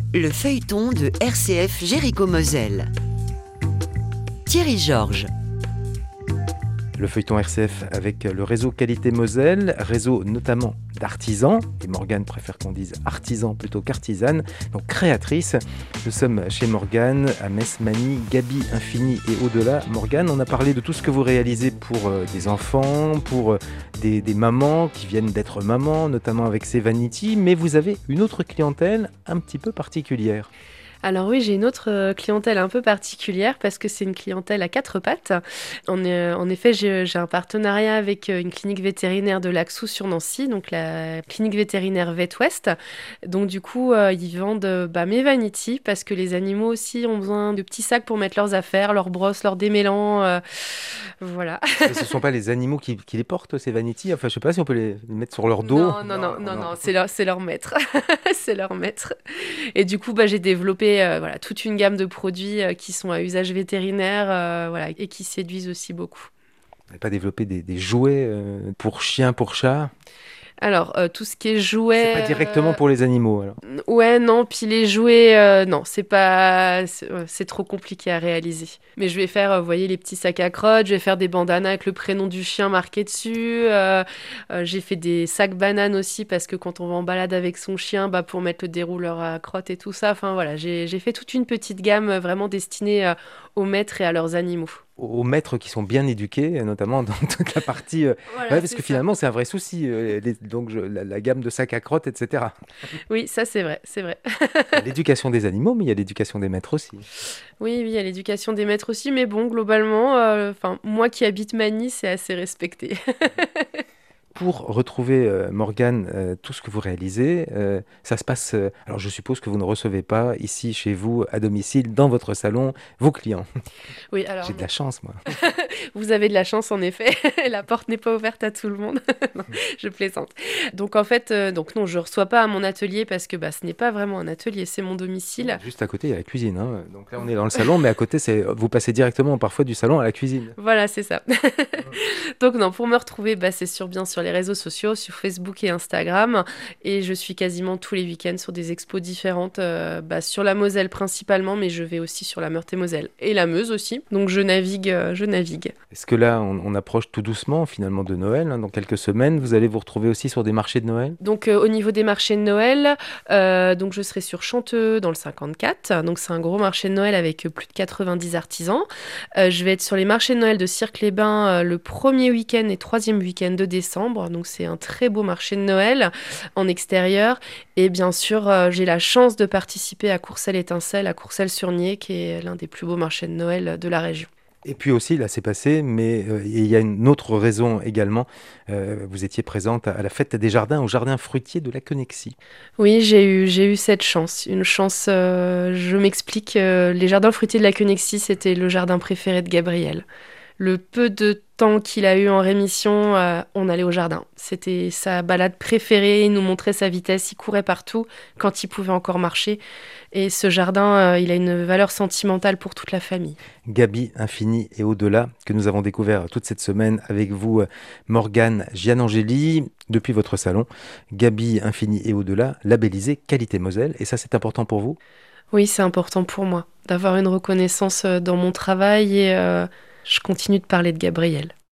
Le feuilleton de RCF Jéricho-Moselle. Thierry Georges. Le feuilleton RCF avec le réseau Qualité Moselle, réseau notamment d'artisans, et Morgane préfère qu'on dise artisan plutôt qu'artisane, donc créatrice. Nous sommes chez Morgane, à Metz-Magny, Gabi Infini et au-delà. Morgane, on a parlé de tout ce que vous réalisez pour des enfants, pour des mamans qui viennent d'être mamans, notamment avec ces Vanity, mais vous avez une autre clientèle un petit peu particulière. Alors oui, j'ai une autre clientèle un peu particulière parce que c'est une clientèle à quatre pattes. En effet, j'ai un partenariat avec une clinique vétérinaire de Laxou sur Nancy, donc la clinique vétérinaire Vet Ouest. Donc du coup, ils vendent mes Vanity parce que les animaux aussi ont besoin de petits sacs pour mettre leurs affaires, leurs brosses, leurs démêlants, voilà. Et ce ne sont pas les animaux qui les portent, ces Vanity? Enfin, je ne sais pas si on peut les mettre sur leur dos. Non, c'est leur maître. C'est leur maître. Et du coup, j'ai développé toute une gamme de produits qui sont à usage vétérinaire et qui séduisent aussi beaucoup. Vous n'avez pas développé des jouets pour chiens, pour chats? Alors, tout ce qui est jouets... C'est pas directement pour les animaux, alors? Ouais, non, puis les jouets, non, c'est trop compliqué à réaliser. Mais je vais faire, vous voyez, les petits sacs à crottes, je vais faire des bandanas avec le prénom du chien marqué dessus, j'ai fait des sacs bananes aussi, parce que quand on va en balade avec son chien, pour mettre le dérouleur à crottes et tout ça, enfin voilà, j'ai fait toute une petite gamme vraiment destinée aux maîtres et à leurs animaux. Aux maîtres qui sont bien éduqués, notamment dans toute la partie... Voilà, parce que finalement, c'est un vrai souci, la gamme de sacs à crottes, etc. Oui, ça c'est vrai, c'est vrai. Il y a l'éducation des animaux, mais il y a l'éducation des maîtres aussi. Oui, il y a l'éducation des maîtres aussi, mais bon, globalement, moi qui habite Magny, c'est assez respecté. Pour retrouver, Morgane, tout ce que vous réalisez, ça se passe... alors, je suppose que vous ne recevez pas ici, chez vous, à domicile, dans votre salon, vos clients. Oui, alors... J'ai de la chance, moi. Vous avez de la chance, en effet. La porte n'est pas ouverte à tout le monde. Non, je plaisante. Donc, en fait, non, je ne reçois pas à mon atelier parce que ce n'est pas vraiment un atelier, c'est mon domicile. Juste à côté, il y a la cuisine. Hein. Donc là, on est dans le salon, mais à côté, vous passez directement parfois du salon à la cuisine. Voilà, c'est ça. Donc, non, pour me retrouver, c'est bien sûr les réseaux sociaux, sur Facebook et Instagram. Et je suis quasiment tous les week-ends sur des expos différentes, sur la Moselle principalement, mais je vais aussi sur la Meurthe-et-Moselle. Et la Meuse aussi. Donc, je navigue. Est-ce que là, on approche tout doucement finalement de Noël, hein, dans quelques semaines, vous allez vous retrouver aussi sur des marchés de Noël? Donc au niveau des marchés de Noël, donc je serai sur Chanteux dans le 54. Donc c'est un gros marché de Noël avec plus de 90 artisans. Je vais être sur les marchés de Noël de Cirque-les-Bains le premier week-end et troisième week-end de décembre. Donc c'est un très beau marché de Noël en extérieur. Et bien sûr, j'ai la chance de participer à Courcelles-Étincelles, à Courcelles-sur-Nier, qui est l'un des plus beaux marchés de Noël de la région. Et puis aussi, là, c'est passé, mais il y a une autre raison également. Vous étiez présente à la fête des jardins, au jardin fruitier de la Connexie. Oui, j'ai eu cette chance. Une chance, je m'explique. Les jardins fruitiers de la Connexie, c'était le jardin préféré de Gabriel. Le peu de temps qu'il a eu en rémission, on allait au jardin. C'était sa balade préférée, il nous montrait sa vitesse, il courait partout quand il pouvait encore marcher. Et ce jardin, il a une valeur sentimentale pour toute la famille. Gabi Infini et au-delà, que nous avons découvert toute cette semaine avec vous, Morgane Gianangeli, depuis votre salon. Gabi Infini et au-delà, labellisé Qualité Moselle. Et ça, c'est important pour vous? Oui, c'est important pour moi d'avoir une reconnaissance dans mon travail et je continue de parler de Gabriel.